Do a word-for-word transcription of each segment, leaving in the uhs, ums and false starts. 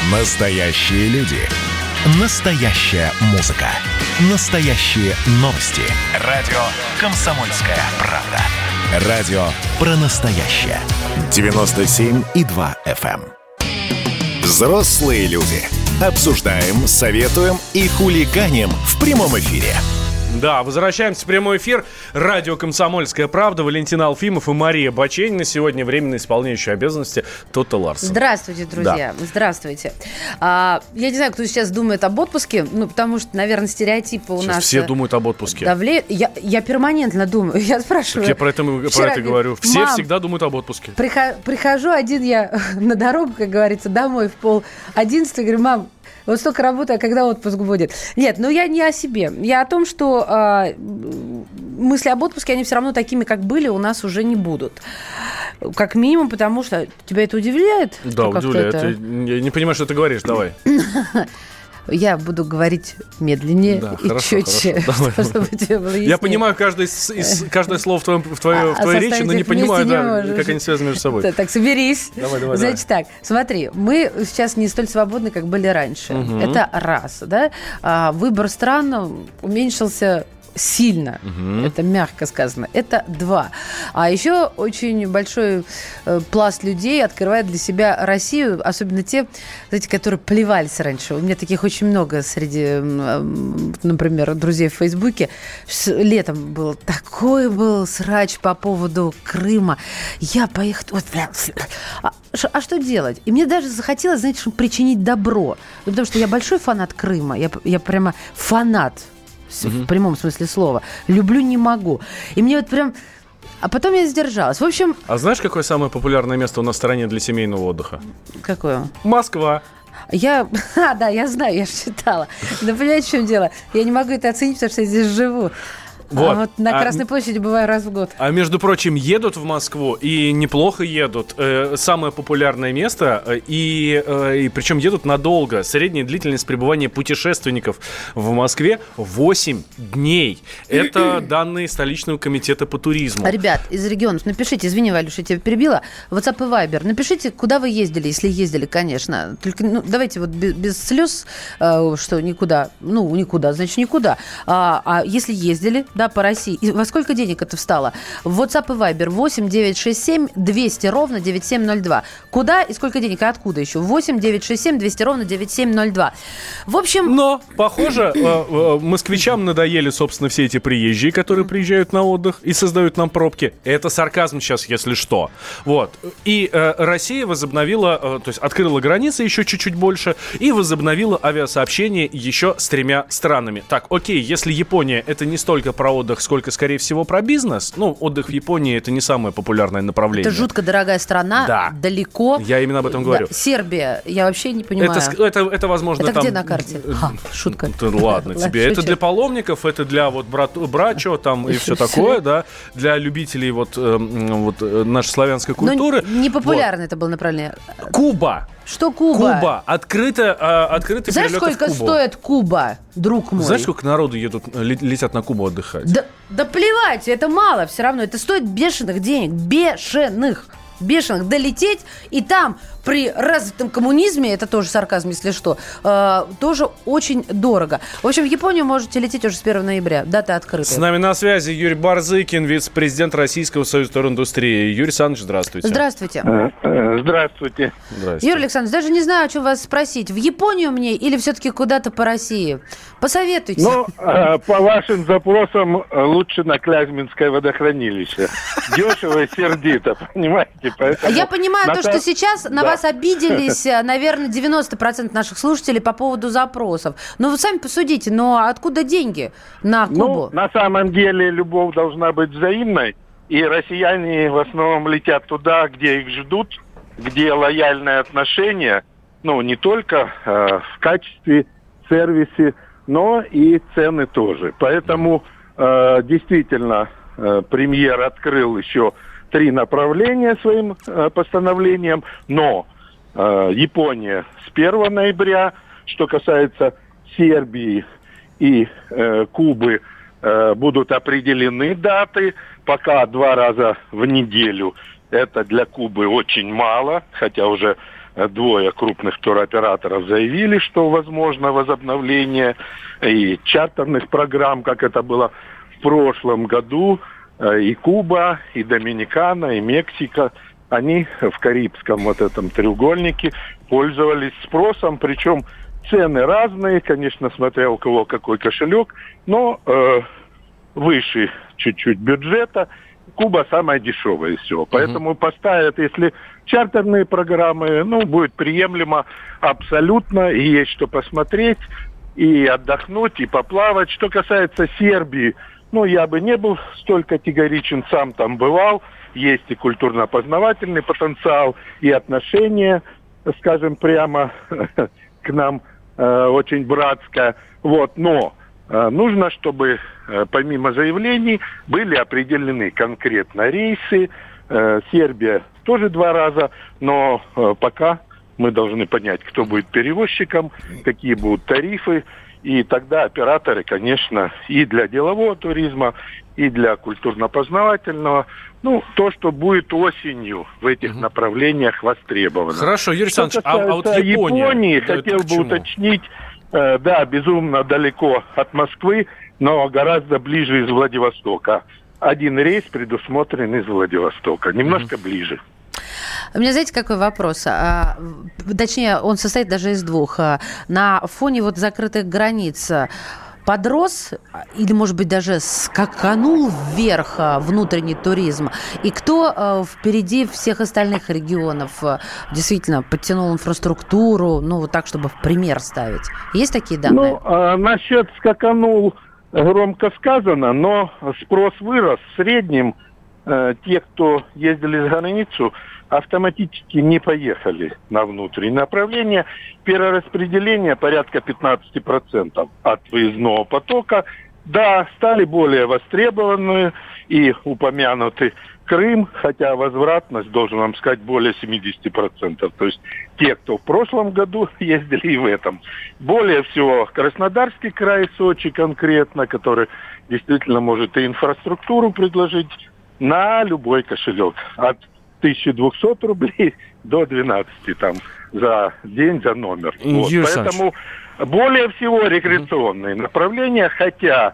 Настоящие люди. Настоящая музыка. Настоящие новости. Радио «Комсомольская правда». Радио про настоящее. девяносто семь и два эф эм. Взрослые люди. Обсуждаем, советуем и хулиганим в прямом эфире. Да, возвращаемся в прямой эфир. Радио «Комсомольская правда». Валентин Алфимов и Мария Баченина. Сегодня временно исполняющая обязанности Тотта Ларсон. Здравствуйте, друзья. Да. Здравствуйте. А, я не знаю, кто сейчас думает об отпуске, ну, потому что, наверное, стереотипы у сейчас нас... все думают об отпуске. Давле... Я, я перманентно думаю. Я спрашиваю... Так я про это, про это говорю. Все мам, всегда думают об отпуске. Прихожу, прихожу один я на дорогу, как говорится, домой в пол одиннадцатого. Говорю, мам, вот столько работы, а когда отпуск будет? Нет, ну я не о себе. Я о том, что э, мысли об отпуске, они все равно такими, как были, у нас уже не будут. Как минимум, потому что... Тебя это удивляет? Да, удивляет. Это... Я не понимаю, что ты говоришь. Давай. Я буду говорить медленнее да, и хорошо, четче, хорошо. Чтобы тебе было яснее. Я понимаю каждое, из, каждое слово в, твоем, в твоей, а, в твоей речи, но не понимаю, не да, как они связаны между собой. Так, так соберись. Давай, давай, Значит давай. так, смотри, мы сейчас не столь свободны, как были раньше. Угу. Это раз, да? А, выбор стран уменьшился сильно, угу. Это мягко сказано. Это два. А еще очень большой э, пласт людей открывает для себя Россию, особенно те, знаете, которые плевались раньше. У меня таких очень много среди, э, например, друзей в Фейсбуке. Летом был такой был срач по поводу Крыма. Я поехала... Вот, а, а что делать? И мне даже захотелось, знаете, что причинить добро. Потому что я большой фанат Крыма. Я, я прямо фанат. В прямом смысле слова. Люблю не могу. И мне вот прям... А потом я сдержалась. В общем... А знаешь, какое самое популярное место у нас в стране для семейного отдыха? Какое? Москва. Я... А, да, я знаю, я же читала. Но понимаете, в чем дело? Я не могу это оценить, потому что я здесь живу. Вот. А вот на Красной а, площади бываю раз в год. А между прочим, едут в Москву и неплохо едут. Э, самое популярное место, и, э, и причем едут надолго. Средняя длительность пребывания путешественников в Москве восемь дней. Это данные столичного комитета по туризму. Ребят, из регионов, напишите, извини, Валюша, я тебя перебила, WhatsApp и Viber, напишите, куда вы ездили, если ездили, конечно. Только ну, давайте вот без, без слез, э, что никуда, ну, никуда, значит, никуда. А, а если ездили... Да, по России. И во сколько денег это встало? В WhatsApp и Viber восемь девятьсот шестьдесят семь двести ровно девяносто семь ноль два. Куда и сколько денег? И откуда еще? восемь девятьсот шестьдесят семь двести ровно девяносто семь ноль два. В общем... Но, похоже, москвичам надоели, собственно, все эти приезжие, которые приезжают на отдых и создают нам пробки. Это сарказм сейчас, если что. Вот. И Россия возобновила, то есть открыла границы еще чуть-чуть больше и возобновила авиасообщение еще с тремя странами. Так, окей, если Япония это не столько про отдых, сколько, скорее всего, про бизнес. Ну, отдых в Японии – это не самое популярное направление. Это жутко дорогая страна, да. Далеко. Я именно об этом говорю. Да. Сербия, я вообще не понимаю. Это, это, это возможно, это там... где на карте? Ха, шутка. Да, ладно тебе. Это для паломников, это для вот брат, брачо там и все такое, да. Для любителей вот, вот нашей славянской культуры. Но не популярно это было направление. Куба. Что Куба? Куба. Открыто, открыто Знаешь, сколько стоит Куба, друг мой? Знаешь, сколько народу едут, летят на Кубу отдыхать? Да, да плевать, это мало все равно. Это стоит бешеных денег. Бешеных. Бешеных. Долететь и там при развитом коммунизме, это тоже сарказм, если что, э, тоже очень дорого. В общем, в Японию можете лететь уже с первого ноября. Дата открыта. С нами на связи Юрий Барзыкин, вице-президент Российского союза туриндустрии. Юрий Александрович, здравствуйте. Здравствуйте. Здравствуйте. Здравствуйте. Юрий Александрович, даже не знаю, о чем вас спросить. В Японию мне или все-таки куда-то по России? Посоветуйте. Ну, по вашим запросам лучше на Клязьминское водохранилище. Дешево и сердито, понимаете? Поэтому Я понимаю на то, та... что сейчас на да. вас обиделись, наверное, девяносто процентов наших слушателей по поводу запросов. Но вы сами посудите, но откуда деньги на Кубу? Ну, на самом деле, любовь должна быть взаимной. И россияне в основном летят туда, где их ждут, где лояльное отношение, ну, не только э, в качестве, сервисе, но и цены тоже. Поэтому э, действительно э, премьер открыл еще три направления своим э, постановлением, но э, Япония с первого ноября, что касается Сербии и э, Кубы, э, будут определены даты, пока два раза в неделю. Это для Кубы очень мало, хотя уже двое крупных туроператоров заявили, что возможно возобновление и чартерных программ, как это было в прошлом году. И Куба, и Доминикана, и Мексика, они в Карибском вот этом треугольнике пользовались спросом, причем цены разные, конечно, смотря у кого какой кошелек, но э, выше чуть-чуть бюджета. Куба самая дешевая из всего. Поэтому поставят, если чартерные программы, ну, будет приемлемо абсолютно, и есть что посмотреть, и отдохнуть, и поплавать. Что касается Сербии, ну, я бы не был столь категоричен, сам там бывал. Есть и культурно-познавательный потенциал, и отношение, скажем прямо, к нам э, очень братское. Вот, но э, нужно, чтобы э, помимо заявлений были определены конкретно рейсы. Э, Сербия тоже два раза, но э, пока мы должны понять, кто будет перевозчиком, какие будут тарифы. И тогда операторы, конечно, и для делового туризма, и для культурно-познавательного, ну, то, что будет осенью в этих угу. направлениях востребовано. Хорошо, Юрий что Александрович, а, а вот Япония? Японии, да, хотел бы уточнить, э, да, безумно далеко от Москвы, но гораздо ближе из Владивостока. Один рейс предусмотрен из Владивостока, немножко угу. ближе. У меня, знаете, какой вопрос? А, точнее, он состоит даже из двух. На фоне вот закрытых границ подрос или, может быть, даже скаканул вверх внутренний туризм? И кто впереди всех остальных регионов действительно подтянул инфраструктуру, ну, вот так, чтобы в пример ставить? Есть такие данные? Ну, а насчет скаканул громко сказано, но спрос вырос. В среднем э, те, кто ездили за границу, автоматически не поехали на внутреннее направление. Перераспределение порядка пятнадцать процентов от выездного потока. Да, стали более востребованы и упомянуты Крым, хотя возвратность, должен вам сказать, более семьдесят процентов. То есть те, кто в прошлом году ездили, и в этом. Более всего Краснодарский край, Сочи конкретно, который действительно может и инфраструктуру предложить на любой кошелек. От тысяча двести рублей до двенадцати там за день, за номер. Вот. Поэтому более всего рекреационные mm-hmm. направления, хотя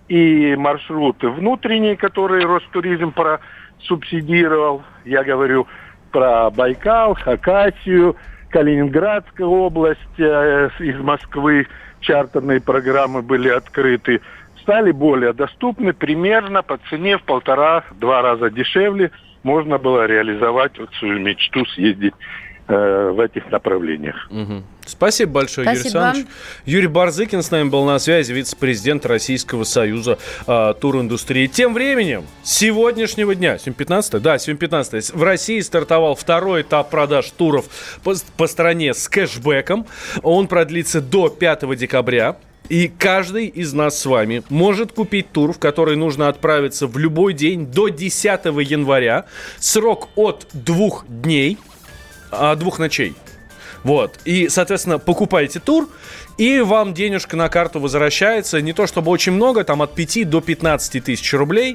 и маршруты внутренние, которые Ростуризм просубсидировал, я говорю про Байкал, Хакасию, Калининградская область, э, из Москвы чартерные программы были открыты, стали более доступны, примерно по цене в полтора-два раза дешевле. Можно было реализовать вот свою мечту съездить э, в этих направлениях. Угу. Спасибо большое, Спасибо. Юрий Александрович. Юрий Барзыкин с нами был на связи, вице-президент Российского союза э, туриндустрии. Тем временем, с сегодняшнего дня, сегодня пятнадцатое? Да, сегодня пятнадцатое. В России стартовал второй этап продаж туров по, по стране с кэшбэком. Он продлится до пятого декабря. И каждый из нас с вами может купить тур, в который нужно отправиться в любой день до десятого января. Срок от двух дней, а, двух ночей. Вот. И, соответственно, покупаете тур, и вам денежка на карту возвращается. Не то чтобы очень много, там от пяти до пятнадцати тысяч рублей.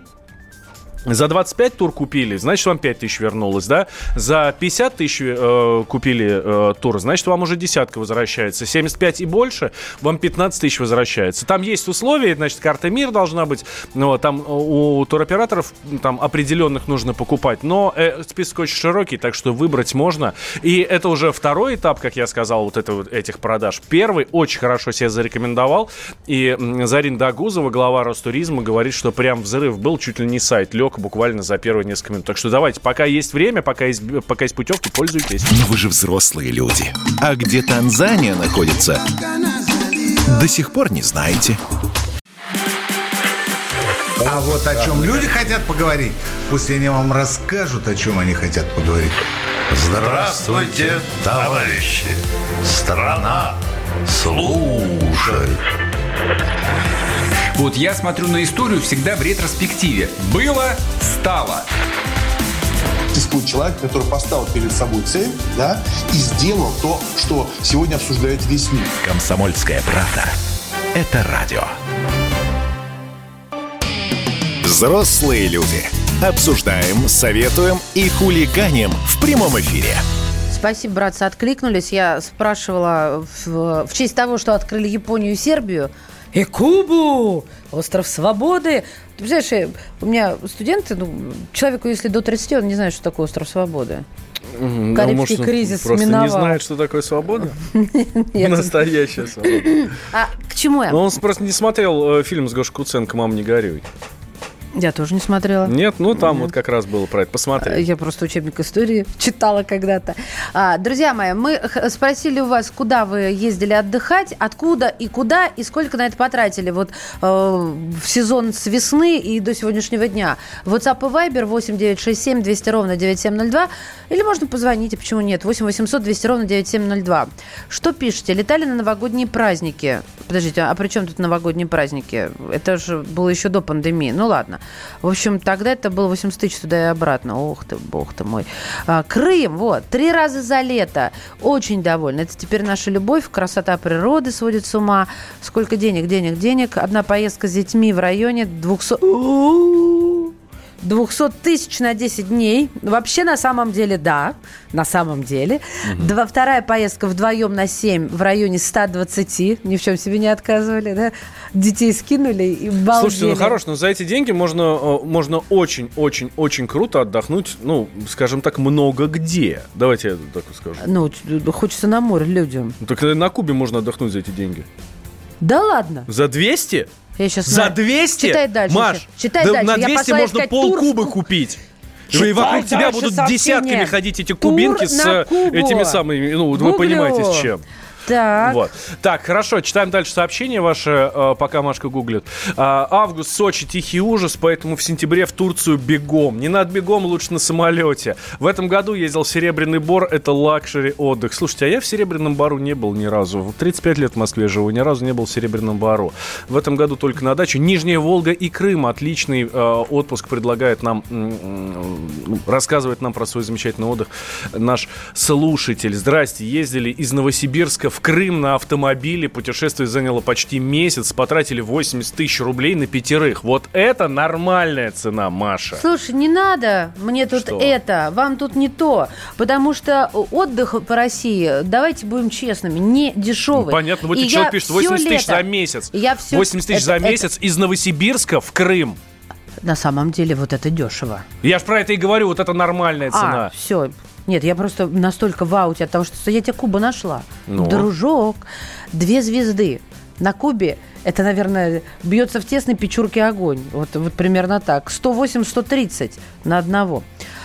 За двадцать пять тур купили, значит, вам пять тысяч вернулось, да? За пятьдесят тысяч э, купили э, тур, значит, вам уже десятка возвращается. семьдесят пять и больше, вам пятнадцать тысяч возвращается. Там есть условия, значит, карта МИР должна быть. Ну, там у туроператоров там определенных нужно покупать. Но э, список очень широкий, так что выбрать можно. И это уже второй этап, как я сказал, вот это, вот этих продаж. Первый очень хорошо себя зарекомендовал. И Зарина Дагузова, глава Ростуризма, говорит, что прям взрыв был, чуть ли не сайт лег буквально за первые несколько минут. Так что давайте, пока есть время, пока есть, пока есть путевки, пользуйтесь. Но вы же взрослые люди. А где Танзания находится, до сих пор не знаете. А вот о чем люди хотят поговорить, пусть они вам расскажут, о чем они хотят поговорить. Здравствуйте, товарищи! Страна служит! Вот я смотрю на историю всегда в ретроспективе. Было, стало. Существует человек, который поставил перед собой цель, да, и сделал то, что сегодня обсуждает весь мир. «Комсомольская правда» — это радио. Взрослые люди. Обсуждаем, советуем и хулиганим в прямом эфире. Спасибо, братцы, откликнулись. Я спрашивала в, в честь того, что открыли Японию и Сербию. И Кубу! Остров Свободы! Ты знаешь, у меня студенты, ну, человеку, если до тридцати, он не знает, что такое Остров Свободы. Ну, Карибский может, кризис просто миновал. не знает, что такое свобода? Настоящая свобода. А к чему я? Но он просто не смотрел фильм с Гошей Куценко «Мама, не горюй». Я тоже не смотрела. Нет, ну там вот как раз было про это. Посмотри. Я просто учебник истории читала когда-то. А, друзья мои, мы спросили у вас, куда вы ездили отдыхать, откуда и куда, и сколько на это потратили вот э, в сезон с весны и до сегодняшнего дня. WhatsApp и Viber восемь девятьсот шестьдесят семь двести ровно девяносто семь ноль два. Или можно позвонить, а почему нет? восемь восемьсот двести ровно девяносто семь ноль два. Что пишете? Летали на новогодние праздники. Подождите, а при чем тут новогодние праздники? Это же было еще до пандемии. Ну ладно. В общем, тогда это было восемьдесят тысяч туда и обратно. Ох ты, бог ты мой. А, Крым, вот, три раза за лето. Очень довольна. Это теперь наша любовь, красота природы сводит с ума. Сколько денег, денег, денег. Одна поездка с детьми в районе двухсот... двухсот тысяч на десять дней. Вообще, на самом деле, да. На самом деле. Угу. Два, вторая поездка вдвоем на семь в районе ста двадцати. Ни в чем себе не отказывали, да? Детей скинули и балдели. Слушайте, ну хорошо, но за эти деньги можно, можно очень-очень-очень круто отдохнуть, ну, скажем так, много где. Давайте я так скажу. Ну, хочется на море людям. Ну, так на Кубе можно отдохнуть за эти деньги. Да ладно? За двести? Я сейчас За двести? Читай дальше. Маш, читай да дальше. на двести можно полкубы тур... купить. Читай и вокруг тебя будут сообщение. Десятками ходить эти кубинки Тур с этими самыми, ну, Гуглю. вы понимаете, с чем. Так. Вот. Так, хорошо, читаем дальше сообщение ваше, пока Машка гуглит. Август, Сочи, тихий ужас, поэтому в сентябре в Турцию бегом. Не надо бегом, лучше на самолете. В этом году ездил в Серебряный Бор, это лакшери отдых. Слушайте, а я в Серебряном Бору не был ни разу. В тридцать пять лет в Москве живу, ни разу не был в Серебряном Бору. В этом году только на даче. Нижняя Волга и Крым. Отличный э, отпуск предлагает нам, э, рассказывает нам про свой замечательный отдых наш слушатель. Здрасте, ездили из Новосибирска в Крым на автомобиле. Путешествие заняло почти месяц. Потратили восемьдесят тысяч рублей на пятерых. Вот это нормальная цена, Маша. Слушай, не надо мне тут Что? это. Вам тут не то. Потому что отдых по России, давайте будем честными, не дешевый. Ну, понятно. Вот и человек пишет восемьдесят тысяч лето, за месяц. Я все... восемьдесят тысяч за месяц это... из Новосибирска в Крым. На самом деле вот это дешево. Я ж про это и говорю. Вот это нормальная цена. А, все. Нет, я просто настолько в ауте от того, что я тебе Кубу нашла. Ну. Дружок, две звезды. На Кубе это, наверное, бьется в тесной печурке огонь. Вот, вот примерно так. сто восемь - сто тридцать на одного.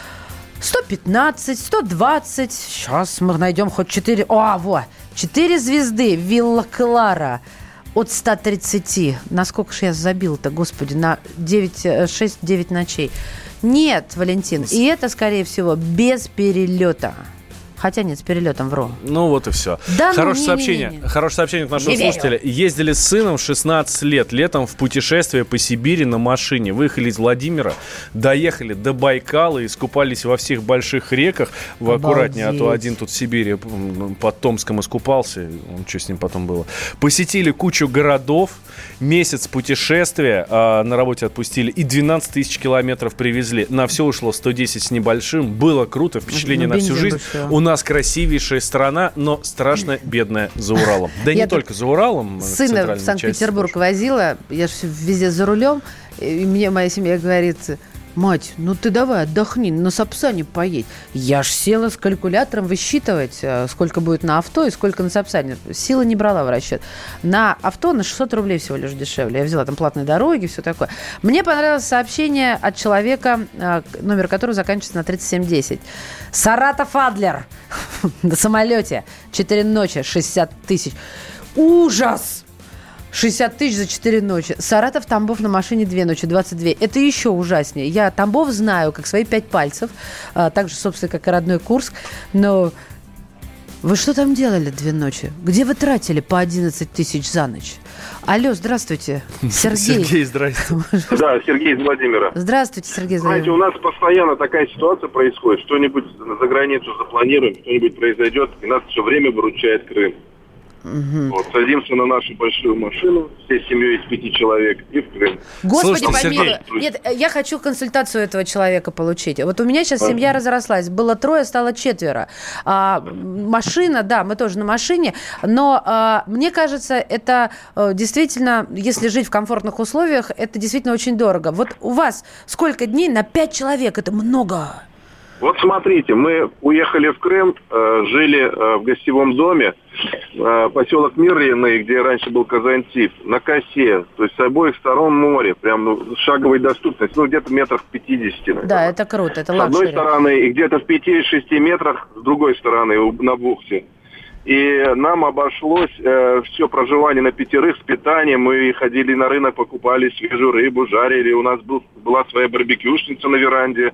сто пятнадцать, сто двадцать. Сейчас мы найдем хоть четыре. О, вот. четыре звезды. Вилла Клара. От ста тридцати. Насколько же я забил-то, господи, на шесть-девять ночей. Нет, Валентин, и это, скорее всего, без перелета. Хотя нет, с перелетом вру. Ну вот и все. Да, Хорошее ну, сообщение. не, не, не. Хорошее сообщение от нашего Не слушателя. верю. Ездили с сыном шестнадцать лет летом в путешествие по Сибири на машине. Выехали из Владимира, доехали до Байкала, искупались во всех больших реках. Вы аккуратнее, а то один тут в Сибири под Томском искупался. Что с ним потом было? Посетили кучу городов. Месяц путешествия, а на работе отпустили. И двенадцать тысяч километров привезли. На все ушло сто десять с небольшим. Было круто, впечатление ну, на всю жизнь. Большое. У нас красивейшая страна, но страшно бедная за Уралом. Да не только за Уралом. Сына в Санкт-Петербург возила, я же везде за рулем, и мне моя семья говорит: мать, ну ты давай отдохни, на Сапсане поедь. Я ж села с калькулятором высчитывать, сколько будет на авто и сколько на Сапсане. Силы не брала в расчет. На авто на шестьсот рублей всего лишь дешевле. Я взяла там платные дороги, все такое. Мне понравилось сообщение от человека, номер которого заканчивается на тридцать семь десять. Саратов Адлер на самолете. Четыре ночи, шестьдесят тысяч. Ужас! шестьдесят тысяч за четыре ночи. Саратов, Тамбов на машине две ночи, двадцать два. Это еще ужаснее. Я Тамбов знаю, как свои пять пальцев. А, так же, собственно, как и родной Курск. Но вы что там делали две ночи? Где вы тратили по одиннадцать тысяч за ночь? Алло, здравствуйте. Сергей. Сергей, здрасте. Да, Сергей из Владимира. Здравствуйте, Сергей. Знаете, у нас постоянно такая ситуация происходит. Что-нибудь за границу запланируем, что-нибудь произойдет, и нас все время выручает Крым. Угу. Вот, садимся на нашу большую машину, всей семьей из пяти человек, и в Крым. Господи, Слушайте, помилуй. Нет, я хочу консультацию этого человека получить. Вот у меня сейчас семья разрослась. Было трое, стало четверо. А, машина, да, мы тоже на машине, но а, мне кажется, это а, действительно, если жить в комфортных условиях, это действительно очень дорого. Вот у вас сколько дней на пять человек? Это много. Вот смотрите, мы уехали в Крым, э, жили э, в гостевом доме, э, поселок Мирный, где раньше был Казантип, на косе, то есть с обоих сторон море, прям ну, шаговой доступности, ну где-то метрах пятидесяти. Наверное. Да, это круто, это лакшери. С одной стороны, и где-то в пяти-шести метрах с другой стороны, на бухте. И нам обошлось э, все проживание на пятерых с питанием. Мы ходили на рынок, покупали свежую рыбу, жарили, у нас был, была своя барбекюшница на веранде.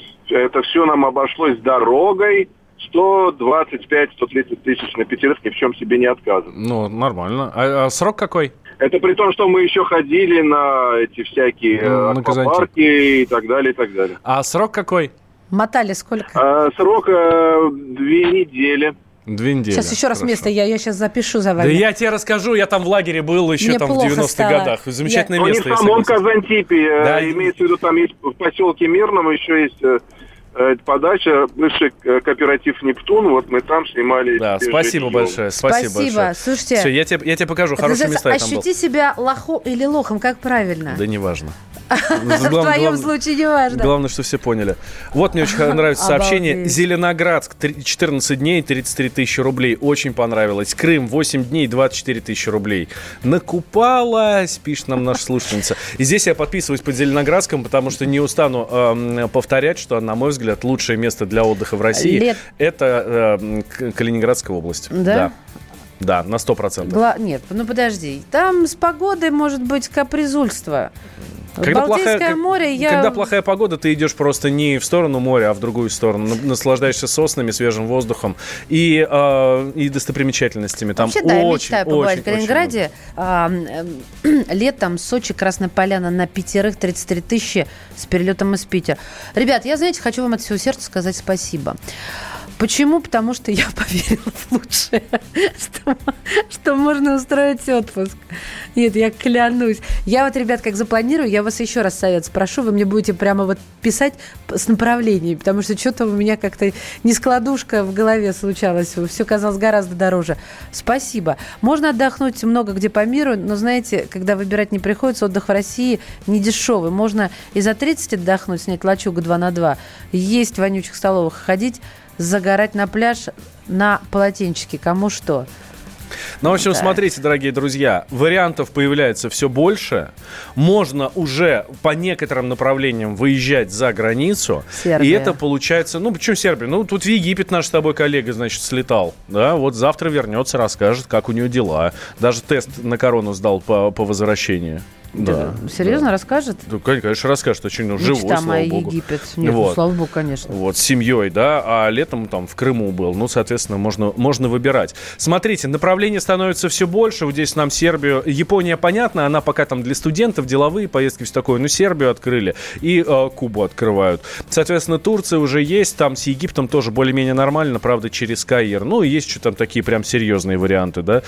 Это все нам обошлось дорогой сто двадцать пять - сто тридцать тысяч на пятерых, ни в чем себе не отказываем. Ну, нормально. А, а срок какой? Это при том, что мы еще ходили на эти всякие ну, аквапарки и так далее, и так далее. А срок какой? Мотали сколько? А, срок а, две недели. Две недели. Сейчас еще раз Хорошо. место, я, я сейчас запишу за вами. Да я тебе расскажу, я там в лагере был еще Мне там в девяностых стало. годах. Замечательное я... место. Не в самом Казантипе, да. Имеется в виду, там есть в поселке Мирном еще есть э, подача, бывший кооператив «Нептун», вот мы там снимали. Да, спасибо жилье. большое, спасибо, спасибо. большое. Слушайте, все, я тебе, я тебе покажу, хорошие места я там был. Ощути себя лохом или лохом, как правильно? Да неважно. В твоем случае не важно. Главное, что все поняли. Вот мне очень нравится сообщение. Зеленоградск, четырнадцать дней, тридцать три тысячи рублей. Очень понравилось. Крым, восемь дней, двадцать четыре тысячи рублей. Накупалась, пишет нам наша слушательница. И здесь я подписываюсь под Зеленоградском, потому что не устану э, повторять, что, на мой взгляд, лучшее место для отдыха в России Лет... это э, Калининградская область. Да? Да. Да, на сто процентов. Гла... Нет, ну подожди. Там с погодой может быть капризульство. Когда Балтийское плохая, море, я... когда плохая погода, ты идешь просто не в сторону моря, а в другую сторону. Наслаждаешься соснами, свежим воздухом и, э, и достопримечательностями. Там вообще, да, я очень, мечтаю побывать очень, в Калининграде. А, э, летом Сочи, Красная Поляна на пятерых, тридцать три тысячи с перелетом из Питера. Ребят, я, знаете, хочу вам от всего сердца сказать спасибо. Почему? Потому что я поверила в лучшее, что, что можно устроить отпуск. Нет, я клянусь. Я вот, ребят, как запланирую, я вас еще раз совет спрошу, вы мне будете прямо вот писать с направлением, потому что что-то у меня как-то нескладушка в голове случалась, все казалось гораздо дороже. Спасибо. Можно отдохнуть много где по миру, но, знаете, когда выбирать не приходится, отдых в России не дешевый. Можно и за тридцать отдохнуть, снять лачугу два на два, есть в вонючих столовых, ходить, загорать на пляж на полотенчике. Кому что. Ну, в общем, да. Смотрите, дорогие друзья, вариантов появляется все больше. Можно уже по некоторым направлениям выезжать за границу. Сербия. И это получается... Ну, почему Сербия? Ну, тут в Египет наш с тобой коллега, значит, слетал. Да, вот завтра вернется, расскажет, как у нее дела. Даже тест на корону сдал по, по возвращению. Да, да. Серьезно, да. расскажет? Ну, конечно, расскажет. Очень ну, живой, Мечта слава моя, богу. Египет. Нет, вот. ну, слава богу, конечно. Вот, с семьей, да, а летом там в Крыму был. Ну, соответственно, можно, можно выбирать. Смотрите, направлений становится все больше. Вот здесь нам Сербию... Япония, понятно, она пока там для студентов, деловые поездки, все такое. Ну, Сербию открыли и э, Кубу открывают. Соответственно, Турция уже есть. Там с Египтом тоже более-менее нормально, правда, через Каир. Ну, и есть еще там такие прям серьезные варианты, да,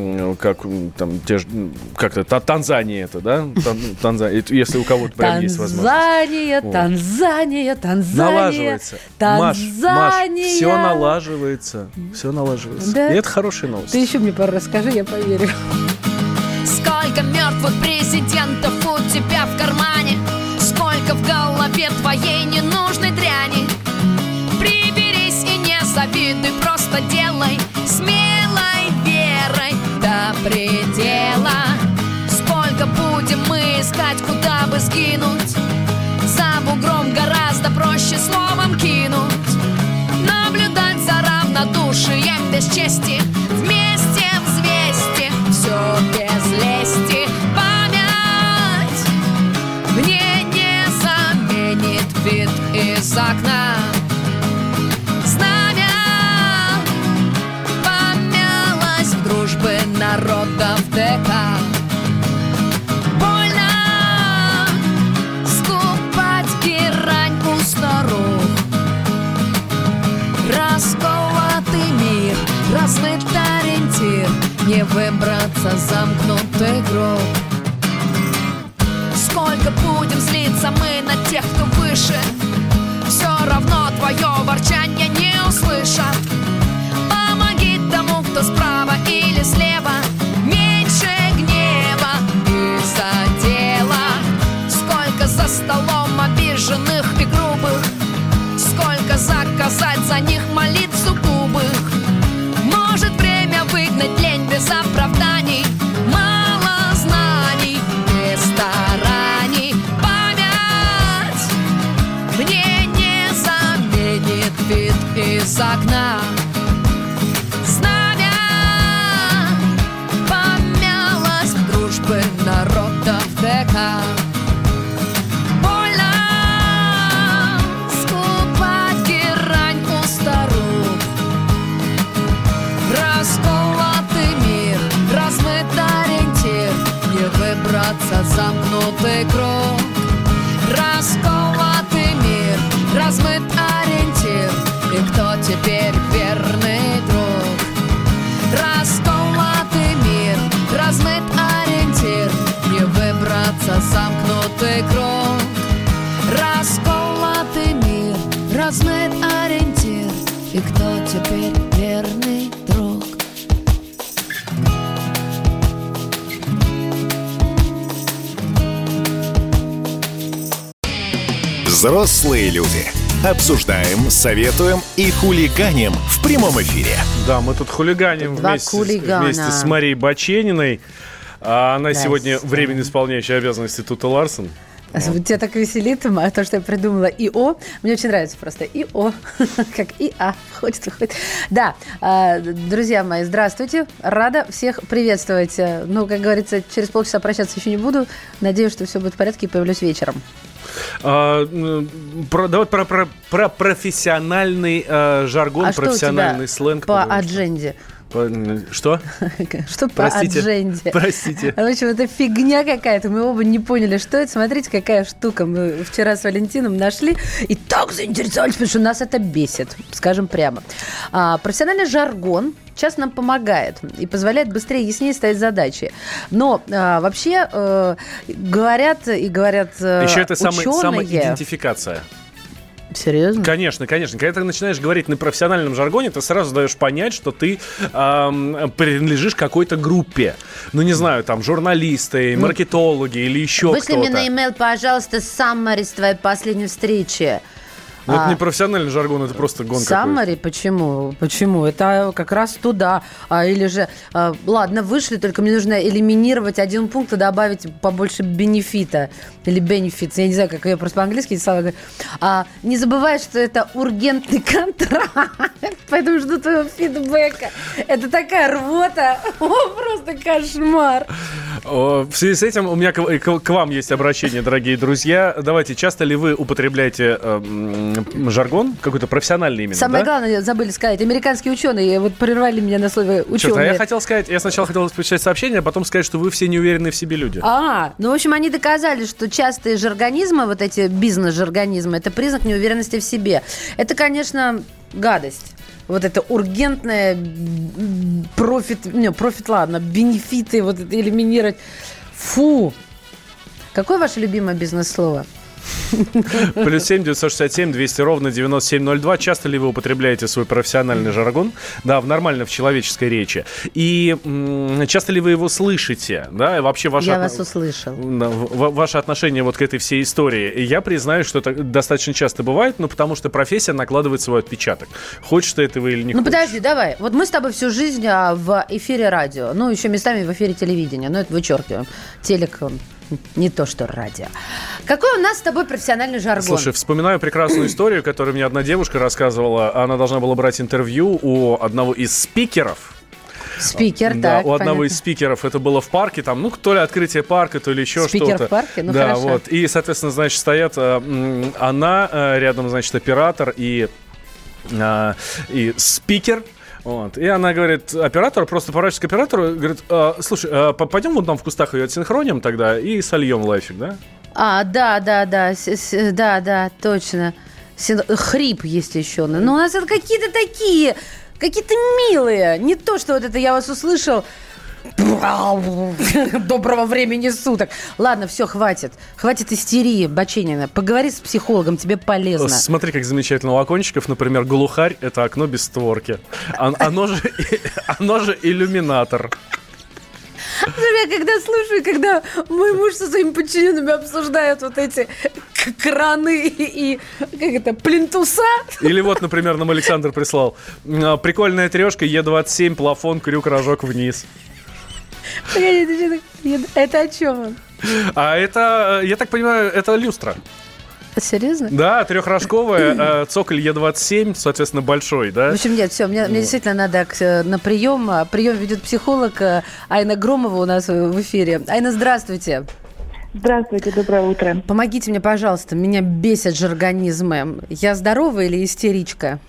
как там, те же, как-то, Танзания это, да, Танзания, если у кого-то прям есть возможность. Танзания, Танзания, Танзания. Налаживается. Танзания. Маш, Маш, все налаживается. Все налаживается. Да? И это хорошая новость. Ты еще мне пару расскажи, я поверю. Сколько мертвых президентов у тебя в кармане? Сколько в голове твоей ненужной дряни? Приберись и не завидуй, просто делай смелой верой до предела. Сколько будем мы искать, куда бы сгинуть? За бугром гораздо проще словом кинуть. Наблюдать за равнодушием без чести, вместе взвесьте все без лести. Память мне не заменит вид из окна. Знамя помялось в дружбе народов века. Расколотый мир, размыт ориентир, не выбраться, замкнутый круг. Сколько будем злиться мы на тех, кто выше, все равно твое ворчание не услышат. Помоги тому, кто справа или слева, меньше гнева из-за дела. Сколько за столом обиженных и грубых, сколько заказать за них молитв сугубых. Может время выгнать лень без оправданий, мало знаний без стараний. Память мне не заменит вид из окна. Знамя помялось дружбы народов ДК. Больно скупать герань у старух. Расколотый мир, размыт ориентир, не выбраться, замкнутый круг. Расколотый мир, размыт ориентир, и кто теперь верный друг? Расколотый мир, размыт ориентир, не выбраться, замкнутый круг. Расколотый мир, размыт ориентир, и кто теперь верный друг? Взрослые люди. Обсуждаем, советуем и хулиганим в прямом эфире. Да, мы тут хулиганим вместе, вместе с Марией Бачениной. А она да, сегодня временно исполняющая обязанности Тута Ларсон. Тебя так веселит, то, что я придумала ИО. Мне очень нравится просто ИО, как ИА, входит, выходит. Да, друзья мои, здравствуйте. Рада всех приветствовать. Ну, как говорится, через полчаса прощаться еще не буду. Надеюсь, что все будет в порядке и появлюсь вечером. А, про, давай про, про, про профессиональный а, жаргон, а профессиональный сленг. По адженде? По, что? Что по адженде? Простите. В общем, это фигня какая-то. Мы оба не поняли, что это. Смотрите, какая штука. Мы вчера с Валентином нашли и так заинтересовались, потому что нас это бесит, скажем прямо. А, профессиональный жаргон часто нам помогает и позволяет быстрее и яснее ставить задачи. Но а, вообще э, говорят и говорят э, еще это ученые... самоидентификация. Серьезно? Конечно, конечно. Когда ты начинаешь говорить на профессиональном жаргоне, ты сразу даешь понять, что ты эм, принадлежишь какой-то группе. Ну, не знаю, там, журналисты, маркетологи или еще Вышли кто-то. Вышли мне на имейл, пожалуйста, саммари с твоей последней встречи. Но а, это не профессиональный жаргон, это просто гон какой-то. Саммари? Почему? Почему? Это как раз туда. А, или же, а, ладно, вышли, только мне нужно элиминировать один пункт и добавить побольше бенефита. Или бенефит. Я не знаю, как я просто по-английски эти слова говорю. А, не забывай, что это ургентный контракт. Поэтому жду твоего фидбэка. Это такая рвота. О, просто кошмар. В связи с этим у меня к, к, к вам есть обращение, дорогие друзья. Давайте, часто ли вы употребляете э, жаргон, какой-то профессиональный именно? Самое да? главное, забыли сказать, американские ученые вот прервали меня на слове ученые. Черт, а я хотел сказать, я сначала хотел прочитать сообщение, а потом сказать, что вы все неуверенные в себе люди. А, ну, в общем, они доказали, что частые жаргонизмы, вот эти бизнес-жаргонизмы, это признак неуверенности в себе. Это, конечно, гадость. Вот это ургентное профит, не, профит, ладно, бенефиты вот это элиминировать. Фу! Какое ваше любимое бизнес-слово? Плюс семь девятьсот шестьдесят семь двести ровно девяносто семь ноль два. Часто ли вы употребляете свой профессиональный жаргон? Да, в нормальной, в человеческой речи. И м- часто ли вы его слышите? Да, и вообще ваше... Я вас услышал. Да, в- ваше отношение вот к этой всей истории. И я признаю, что это достаточно часто бывает, ну, потому что профессия накладывает свой отпечаток. Хочешь ты этого или не ну, хочешь. Ну, подожди, давай. Вот мы с тобой всю жизнь а, в эфире радио. Ну, еще местами в эфире телевидения. Но это вычеркиваем. Телек... Не то, что радио. Какой у нас с тобой профессиональный жаргон? Слушай, вспоминаю прекрасную историю, которую мне одна девушка рассказывала. Она должна была брать интервью у одного из спикеров. Спикер, да, так, у одного понятно. из спикеров. Это было в парке, там, ну, то ли открытие парка, то ли еще Спикер что-то. Спикер в парке? Ну, да, хорошо. Вот. И, соответственно, значит, стоят э, она, э, рядом, значит, оператор и, э, и спикер. Вот. И она говорит оператору, просто поворачивается к оператору, говорит, э, слушай, э, пойдем вот там в кустах ее отсинхроним тогда и сольем лайфик, да? А, да, да, да, с- с- да, да, точно. Син- Хрип есть еще. Но у нас это какие-то такие, какие-то милые. Не то, что вот это я вас услышал. Доброго времени суток. Ладно, все, хватит. Хватит истерии, Баченина. Поговори с психологом, тебе полезно. Смотри, как замечательно. У окончиков, например, глухарь — это окно без створки. Оно же, оно же иллюминатор. Я когда слушаю, когда мой муж со своими подчиненными обсуждают вот эти краны и, как это, плинтуса. Или вот, например, нам Александр прислал: прикольная трешка, Е двадцать семь, плафон, крюк, рожок вниз. Это о чем он? А это, я так понимаю, это люстра. Серьезно? Да, трехрожковая, э, цоколь Е двадцать семь, соответственно, большой, да? В общем, нет, все, мне, мне действительно надо к, на прием. Прием ведет психолог Айна Громова у нас в эфире. Айна, здравствуйте. Здравствуйте, доброе утро. Помогите мне, пожалуйста, меня бесят жаргонизмы. Я здоровая или истеричка?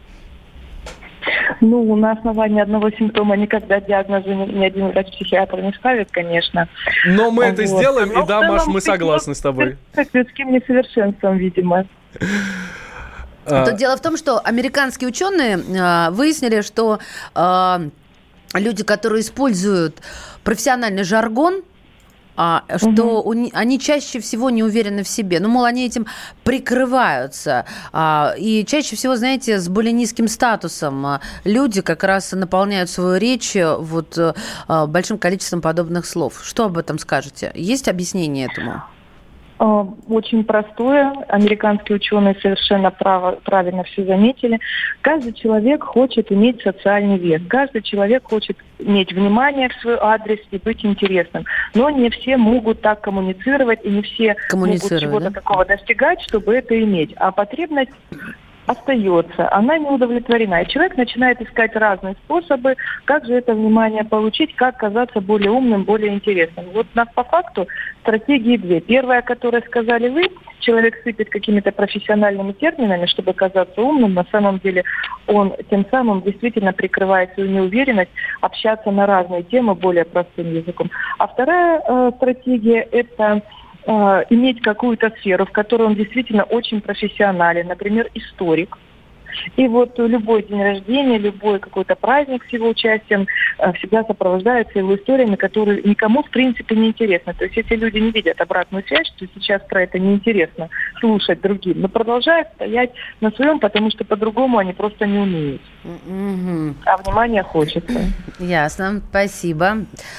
Ну, на основании одного симптома никогда диагноза ни, ни один врач-психиатр не ставит, конечно. Но мы вот. это сделаем, Но и да, Маш, мы согласны с тобой. С людским несовершенством, видимо. А... Тут дело в том, что американские ученые э, выяснили, что э, люди, которые используют профессиональный жаргон, А, что угу. у, они чаще всего не уверены в себе. Ну, мол, они этим прикрываются. А, и чаще всего, знаете, с более низким статусом а, люди как раз наполняют свою речь вот, а, большим количеством подобных слов. Что об этом скажете? Есть объяснение этому? Очень простое. Американские ученые совершенно право, правильно все заметили. Каждый человек хочет иметь социальный вес. Каждый человек хочет иметь внимание в свой адрес и быть интересным. Но не все могут так коммуницировать, и не все могут чего-то да? такого достигать, чтобы это иметь. А потребность остается, она не удовлетворена. И человек начинает искать разные способы, как же это внимание получить, как казаться более умным, более интересным. Вот нас по факту стратегии две. Первая, о которой сказали вы, человек сыпет какими-то профессиональными терминами, чтобы казаться умным, на самом деле он тем самым действительно прикрывает свою неуверенность общаться на разные темы более простым языком. А вторая э, стратегия – это иметь какую-то сферу, в которой он действительно очень профессионален, например, историк. И вот любой день рождения, любой какой-то праздник с его участием всегда сопровождается его историями, которые никому, в принципе, не интересны. То есть если люди не видят обратную связь, что сейчас про это неинтересно слушать другим, но продолжают стоять на своем, потому что по-другому они просто не умеют. Mm-hmm. А внимания хочется. Ясно, спасибо.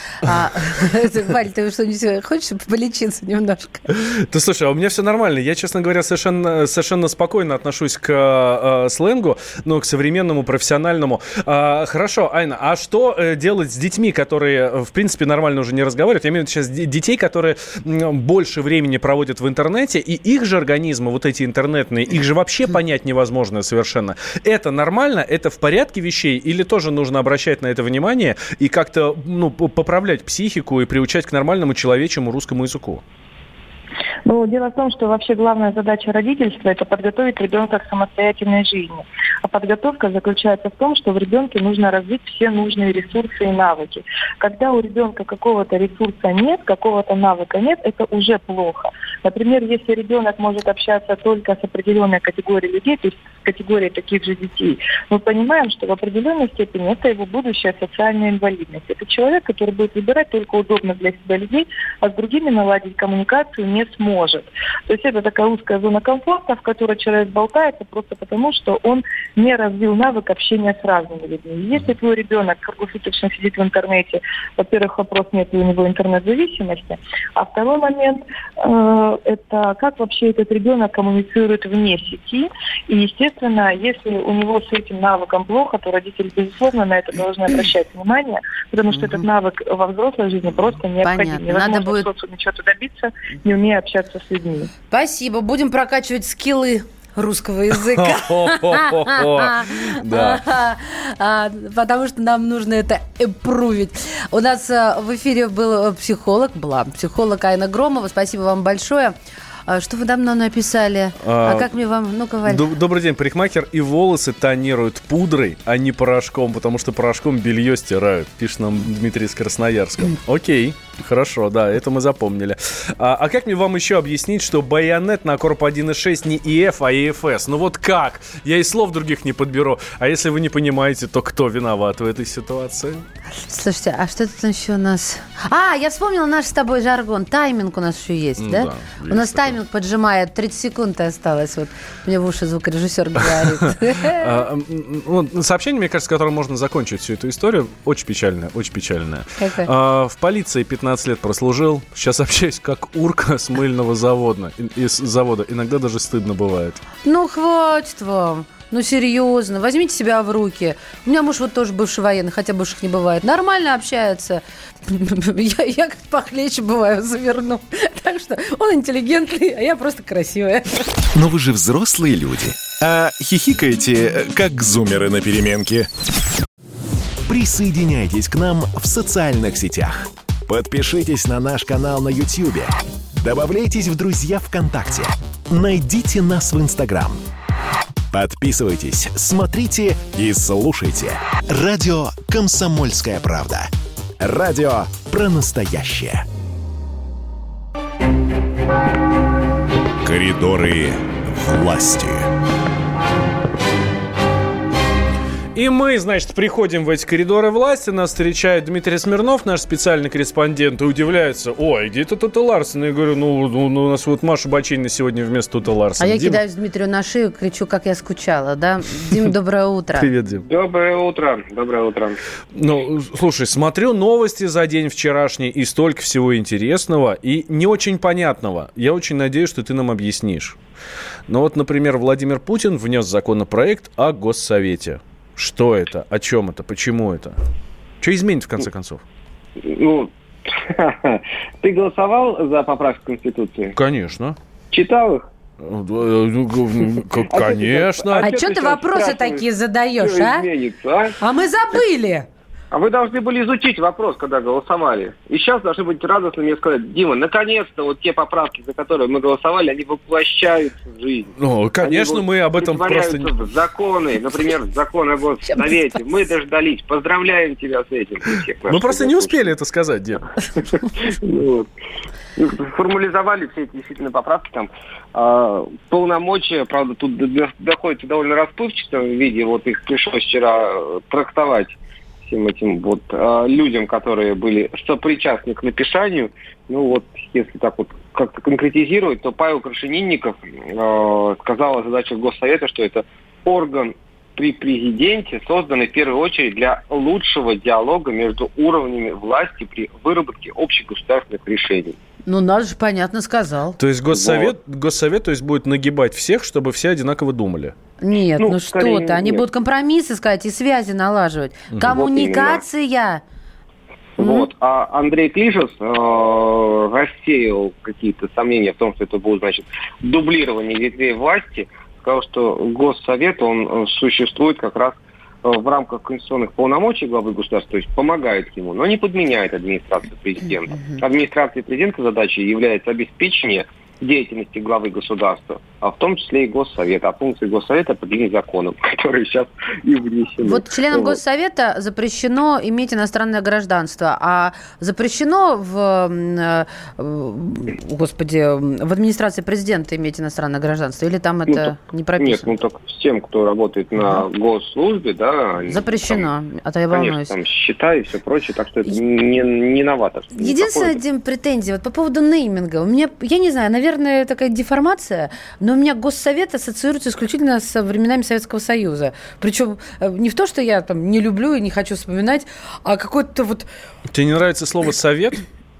Валь, ты что-нибудь хочешь полечиться немножко? Да слушай, а у меня все нормально. Я, честно говоря, совершенно, совершенно спокойно отношусь к сленгу, но к современному, профессиональному. А, хорошо, Айна, а что э, делать с детьми, которые, в принципе, нормально уже не разговаривают? Я имею в виду сейчас детей, которые больше времени проводят в интернете, и их же организмы, вот эти интернетные, их же вообще понять невозможно совершенно. Это нормально? Это в порядке вещей? Или тоже нужно обращать на это внимание и как-то ну, поправлять психику и приучать к нормальному человечьему русскому языку? Ну, дело в том, что вообще главная задача родительства – это подготовить ребенка к самостоятельной жизни. А подготовка заключается в том, что в ребенке нужно развить все нужные ресурсы и навыки. Когда у ребенка какого-то ресурса нет, какого-то навыка нет, это уже плохо. Например, если ребенок может общаться только с определенной категорией людей, то есть с категорией таких же детей, мы понимаем, что в определенной степени это его будущая социальная инвалидность. Это человек, который будет выбирать только удобных для себя людей, а с другими наладить коммуникацию не сможет. То есть это такая узкая зона комфорта, в которой человек болтается просто потому, что он не развил навык общения с разными людьми. Если твой ребенок круглосуточно сидит в интернете, во-первых, вопрос, нет ли у него интернет-зависимости, а второй момент э, это как вообще этот ребенок коммуницирует вне сети. И, естественно, если у него с этим навыком плохо, то родители, безусловно, на это должны обращать внимание, потому что этот навык во взрослой жизни просто необходим. Понятно. Невозможно Надо будет... в социуме чего-то добиться, не умея общаться с людьми. Спасибо. Будем прокачивать скиллы русского языка. Потому что нам нужно это импровить. У нас в эфире был психолог, была психолог Айна Громова. Спасибо вам большое. Что вы давно написали? А, а как мне вам? Ну-ка, Валь. Добрый день, парикмахер. И волосы тонируют пудрой, а не порошком, потому что порошком белье стирают. Пишет нам Дмитрий из Красноярска. Окей. Хорошо, да, это мы запомнили. А, а как мне вам еще объяснить, что Байонет на Корп один и шесть не и эф, а и эф эс? Ну вот как? Я и слов других не подберу. А если вы не понимаете, то кто виноват в этой ситуации? Слушайте, а что тут еще у нас? А, я вспомнила наш с тобой жаргон. Тайминг у нас еще есть, да? Да, у нас тайминг поджимает, тридцать секунд осталось. Вот мне в уши звукорежиссер говорит. Сообщение, мне кажется, с которым можно закончить всю эту историю, очень печальное, очень печальное. В полиции пятнадцать лет прослужил. Сейчас общаюсь как урка с мыльного завода. Из завода. Иногда даже стыдно бывает. Ну, хватит вам. Ну, серьезно, возьмите себя в руки. У меня муж вот тоже бывший военный, хотя бывших не бывает. Нормально общается. Я, я как похлеще бываю, заверну. Так что он интеллигентный, а я просто красивая. Но вы же взрослые люди. А хихикаете, как зумеры на переменке. Присоединяйтесь к нам в социальных сетях. Подпишитесь на наш канал на YouTube. Добавляйтесь в друзья ВКонтакте. Найдите нас в Инстаграм. Подписывайтесь, смотрите и слушайте. Радио «Комсомольская правда». Радио про настоящее. Коридоры власти. И мы, значит, приходим в эти коридоры власти, нас встречает Дмитрий Смирнов, наш специальный корреспондент, и удивляется: ой, где это Тута Ларсен? Я говорю, ну, ну, у нас вот Маша Бачинина сегодня вместо Тута Ларсена. А я Дим... кидаюсь Дмитрию на шею, кричу, как я скучала, да? Дим, доброе утро. Привет, Дим. Доброе утро, доброе утро. Ну, слушай, смотрю новости за день вчерашний, и столько всего интересного и не очень понятного. Я очень надеюсь, что ты нам объяснишь. Ну вот, например, Владимир Путин внес законопроект о Госсовете. Что это? О чем это? Почему это? Что изменит, в конце концов? Ну, ты голосовал за поправки в Конституции? Конечно. Читал их? Конечно. А что ты вопросы такие задаешь, а? А мы забыли. А вы должны были изучить вопрос, когда голосовали. И сейчас должны быть радостны мне сказать: Дима, наконец-то вот те поправки, за которые мы голосовали, они воплощаются в жизнь. Ну, конечно, они мы об этом просто... в законы, например, закон о Госсовете. Мы дождались. Поздравляем тебя с этим. Мы просто не успели это сказать, Дим. Формализовали все эти действительно поправки. Там полномочия, правда, тут доходит в довольно расплывчатом виде. Вот их пришлось вчера трактовать всем этим вот э, людям, которые были сопричастны к написанию. Ну вот, если так вот как-то конкретизировать, то Павел Крашенинников э, сказал о задачах Госсовета, что это орган при президенте, созданный в первую очередь для лучшего диалога между уровнями власти при выработке общих государственных решений. Ну, надо же, понятно, сказал. То есть Госсовет, вот. Госсовет то есть, будет нагибать всех, чтобы все одинаково думали? Нет, ну, ну что ты, они будут компромиссы искать и связи налаживать. Угу. Коммуникация. Вот, mm-hmm. а Андрей Клишес э, рассеял какие-то сомнения в том, что это будет, значит, дублирование ветвей власти. Сказал, что Госсовет, он существует как раз в рамках конституционных полномочий главы государства, то есть помогает ему, но не подменяет администрацию президента. Mm-hmm. Администрация президента задачей является обеспечение деятельности главы государства, а в том числе и Госсовета. А функции Госсовета определены законом, которые сейчас и внесены. Вот членам вот. Госсовета запрещено иметь иностранное гражданство, а запрещено в, господи, в администрации президента иметь иностранное гражданство? Или там это ну, так, не прописано? Нет, ну только всем, кто работает на uh-huh. госслужбе, да. Запрещено, там, а то я конечно, волнуюсь. Там счета и все прочее, так что это не, не новаторство. Единственная, Дим, претензия вот по поводу нейминга. У меня, я не знаю, наверное, такая деформация, но у меня Госсовет ассоциируется исключительно со временами Советского Союза. Причем не в то, что я там не люблю и не хочу вспоминать, а какой-то вот... Тебе не нравится слово «совет»?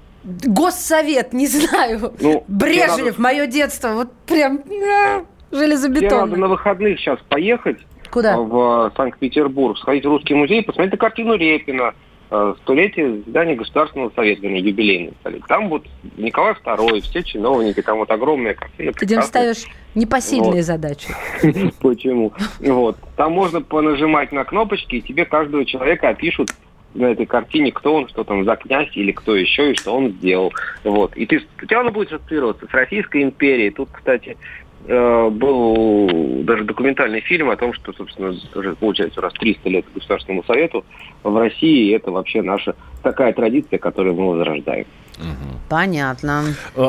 Госсовет, не знаю. Ну, Брежнев, надо... мое детство, вот прям железобетонно. Тебе надо на выходных сейчас поехать. Куда? В Санкт-Петербург, сходить в Русский музей, посмотреть на картину Репина. Столетие здания Государственного совета, вернее, юбилейный столетие. Там вот Николай Второй, все чиновники, там вот огромная картина. Ты им ставишь непосильные вот. задачи. Почему? Вот. Там можно понажимать на кнопочки, и тебе каждого человека опишут на этой картине, кто он, что там за князь или кто еще, и что он сделал. Вот. И ты, у тебя оно будет ассоциироваться с Российской империей. Тут, кстати, э, был даже документальный фильм о том, что, собственно, уже получается раз триста лет Государственному Совету в России, и это вообще наша такая традиция, которую мы возрождаем. Понятно.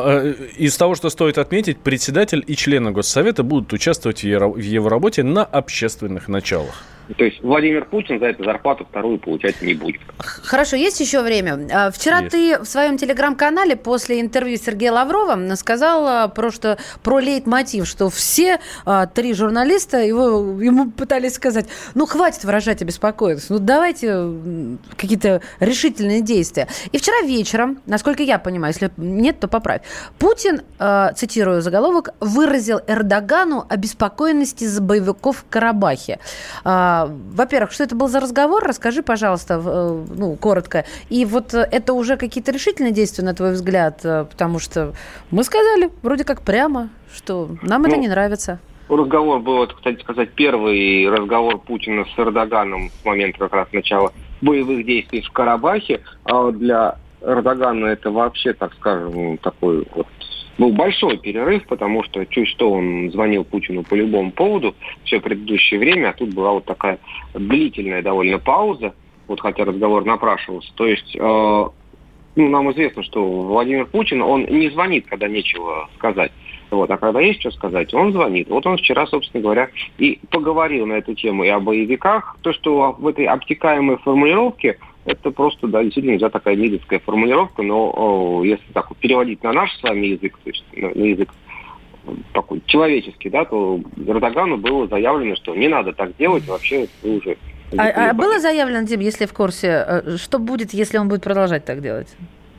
Из того, что стоит отметить, председатель и члены Госсовета будут участвовать в его работе на общественных началах. То есть Владимир Путин за эту зарплату вторую получать не будет. Хорошо, есть еще время. Вчера есть. Ты в своем телеграм-канале после интервью с Сергеем Лавровым сказал про, что, про лейтмотив, что все а, три журналиста его, ему пытались сказать, ну, хватит выражать обеспокоенность, ну, давайте какие-то решительные действия. И вчера вечером, насколько я понимаю, если нет, то поправь, Путин, а, цитирую заголовок, выразил Эрдогану обеспокоенность из-за боевиков в Карабахе. А, Во-первых, что это был за разговор? Расскажи, пожалуйста, ну, коротко. И вот это уже какие-то решительные действия, на твой взгляд? Потому что мы сказали вроде как прямо, что нам ну, это не нравится. Разговор был, это, кстати сказать, первый разговор Путина с Эрдоганом с момента как раз начала боевых действий в Карабахе. А для Эрдогана это вообще, так скажем, такой вот был большой перерыв, потому что чуть что он звонил Путину по любому поводу все предыдущее время, а тут была вот такая длительная довольно пауза, вот хотя разговор напрашивался. То есть, э, ну, нам известно, что Владимир Путин, он не звонит, когда нечего сказать. Вот, а когда есть что сказать, он звонит. Вот он вчера, собственно говоря, и поговорил на эту тему и о боевиках. То, что в этой обтекаемой формулировке, это просто, да, действительно, да, такая медицинская формулировка, но о, если так вот переводить на наш с вами язык, то есть на, на язык такой человеческий, да, то Эрдогану было заявлено, что не надо так делать, вообще это уже... А, а было заявлено тебе, если в курсе, что будет, если он будет продолжать так делать?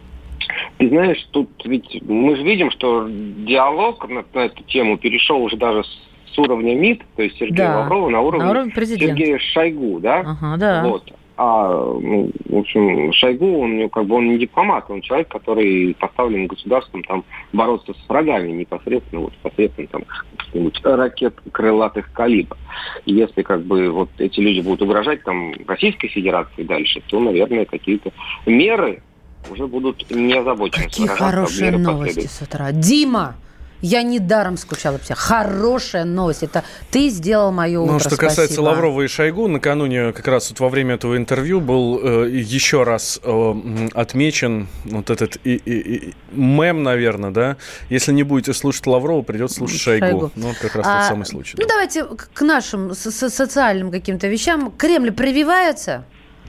Ты знаешь, тут ведь мы же видим, что диалог на, на эту тему перешел уже даже с, с уровня МИД, то есть Сергея да. Лаврова, на уровень, на уровень Сергея Шойгу, да? Ага, да. Вот. А, ну, в общем, Шойгу, он как бы он не дипломат, он человек, который поставлен государством там бороться с врагами непосредственно, вот, посредством там каких-нибудь ракет крылатых калибр. И если как бы вот эти люди будут угрожать там Российской Федерации дальше, то, наверное, какие-то меры уже будут не озабочены. Какие хорошие новости с утра. Дима! Я недаром скучала по тебе. Хорошая новость. Это ты сделал мое утро. Ну, что касается Спасибо. Лаврова и Шойгу, накануне как раз вот во время этого интервью был э, еще раз э, отмечен вот этот и, и, и, мем, наверное, да? Если не будете слушать Лаврова, придется слушать Шойгу. Шойгу. Ну, вот как раз а, тот самый случай. Ну, да. Давайте к нашим со- социальным каким-то вещам. Кремль прививается?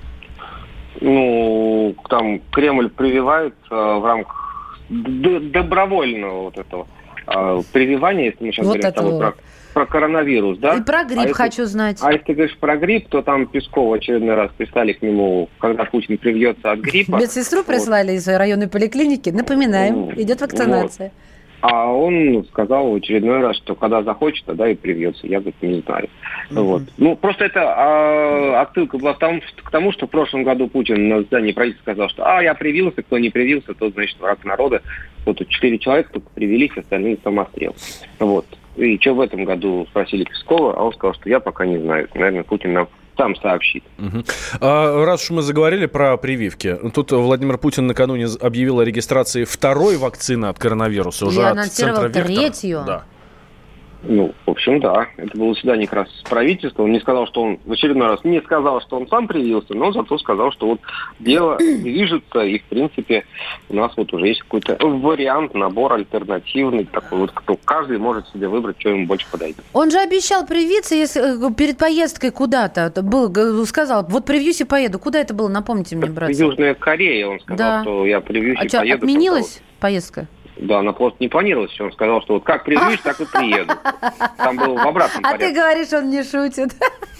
Ну, там Кремль прививает э, в рамках д- добровольного вот этого прививание, если мы сейчас вот говорим там, про, про коронавирус, да? И про грипп а хочу если, знать. А если ты говоришь про грипп, то там Пескова очередной раз прислали к нему, когда Путин привьется от гриппа. Медсестру вот. Прислали из районной поликлиники. Напоминаем, вот. Идет вакцинация. Вот. А он сказал в очередной раз, что когда захочет, тогда и привьется. Я, говорит, не знаю. Mm-hmm. Вот. Ну, просто это а, отсылка была к тому, что, к тому, что в прошлом году Путин на заседании правительства сказал, что а, я привился, кто не привился, тот, значит, враг народа. Вот тут четыре человека только привились, остальные самострел. Вот. И что в этом году спросили Пескова, а он сказал, что я пока не знаю. Наверное, Путин нам сам сообщит. Угу. А, раз уж мы заговорили про прививки, тут Владимир Путин накануне объявил о регистрации второй вакцины от коронавируса. Уже от центра Вектор. Третью. Да. Ну, в общем, да. Это было заседание как раз с правительством. Он не сказал, что он в очередной раз не сказал, что он сам привился, но зато сказал, что вот дело движется, и, в принципе, у нас вот уже есть какой-то вариант, набор альтернативный такой, вот кто каждый может себе выбрать, что ему больше подойдет. Он же обещал привиться, если перед поездкой куда-то был, сказал, вот привьюсь и поеду. Куда это было? Напомните мне, братцы. Южная Корея, он сказал, да. что я привьюсь а и что, поеду. Отменилась поездка? Да, она просто не планировалась. Он сказал, что вот как привьюсь, так и приеду. Там было в обратном порядке. А ты говоришь, он не шутит.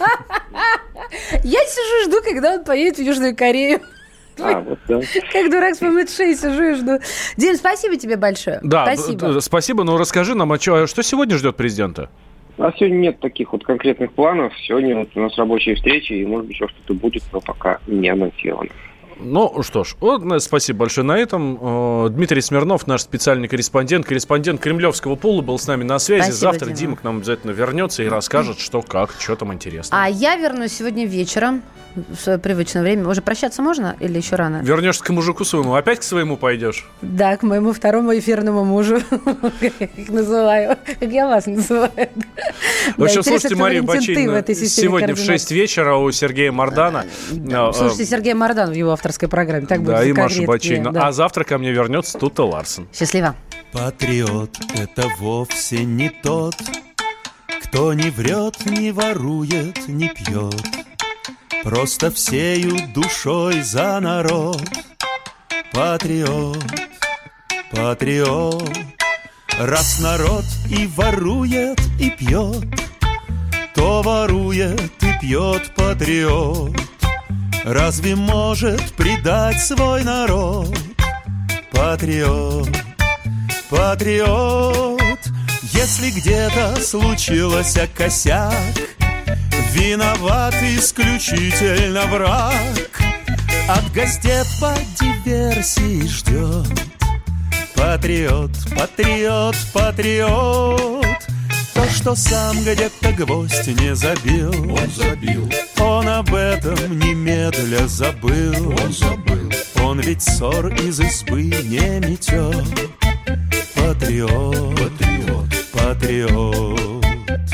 Я сижу, жду, когда он поедет в Южную Корею. А, вот, да. Как дурак с помыть-шеей сижу и жду. Дим, спасибо тебе большое. Да, спасибо. спасибо, но расскажи нам, а что, что сегодня ждет президента? А сегодня нет таких вот конкретных планов. Сегодня вот у нас рабочие встречи, и, может быть, еще что-то будет, но пока не анонсировано. Ну что ж, вот, спасибо большое на этом. Дмитрий Смирнов, наш специальный корреспондент, корреспондент Кремлевского пула, был с нами на связи. Спасибо, Завтра Дима. Дима к нам обязательно вернется и расскажет, что, как, что там интересно. А я вернусь сегодня вечером в свое привычное время. Уже прощаться можно или еще рано? Вернешься к мужику своему, опять к своему пойдешь? Да, к моему второму эфирному мужу, как их называю, как я вас называю. В общем, слушайте Марию Бачинину сегодня в шесть вечера у Сергея Мардана. Слушайте Сергея Мардана в его авторской программе. Так будет. Да, и Маша Бачинина. А завтра ко мне вернется Тута Ларсен. Счастливо. Патриот — это вовсе не тот, кто не врет, не ворует, не пьет, просто всею душой за народ. Патриот, патриот, раз народ и ворует, и пьет, то ворует и пьет патриот. Разве может предать свой народ? Патриот, патриот, если где-то случился косяк, виноват исключительно враг, от гостей по диверсии ждет. Патриот, патриот, патриот, то, что сам где-то гвоздь не забил, он забил. Он об этом немедля забыл, он забыл. Он ведь ссор из избы не метет. Патриот, патриот, патриот.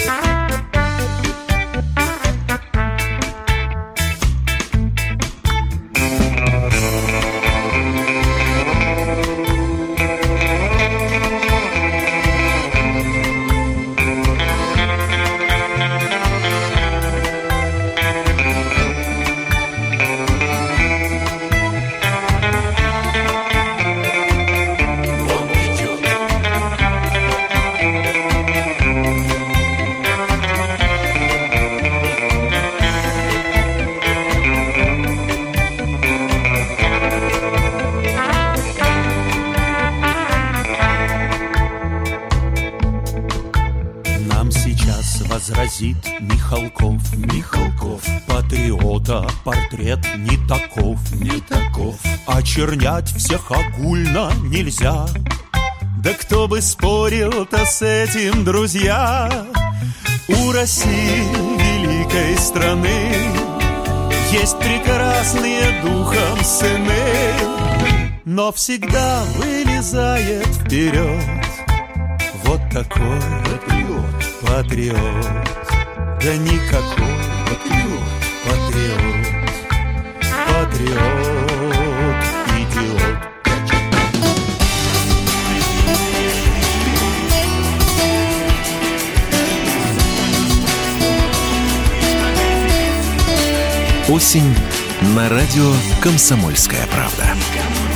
Возразит Михалков, Михалков, патриота портрет не таков, не таков. Очернять всех огульно нельзя. Да кто бы спорил-то с этим, друзья? У России, великой страны, есть прекрасные духом сыны, но всегда вылезает вперед вот такой патриот, патриот, да никакой патриот, патриот, патриот, идиот. Осень на радио «Комсомольская правда».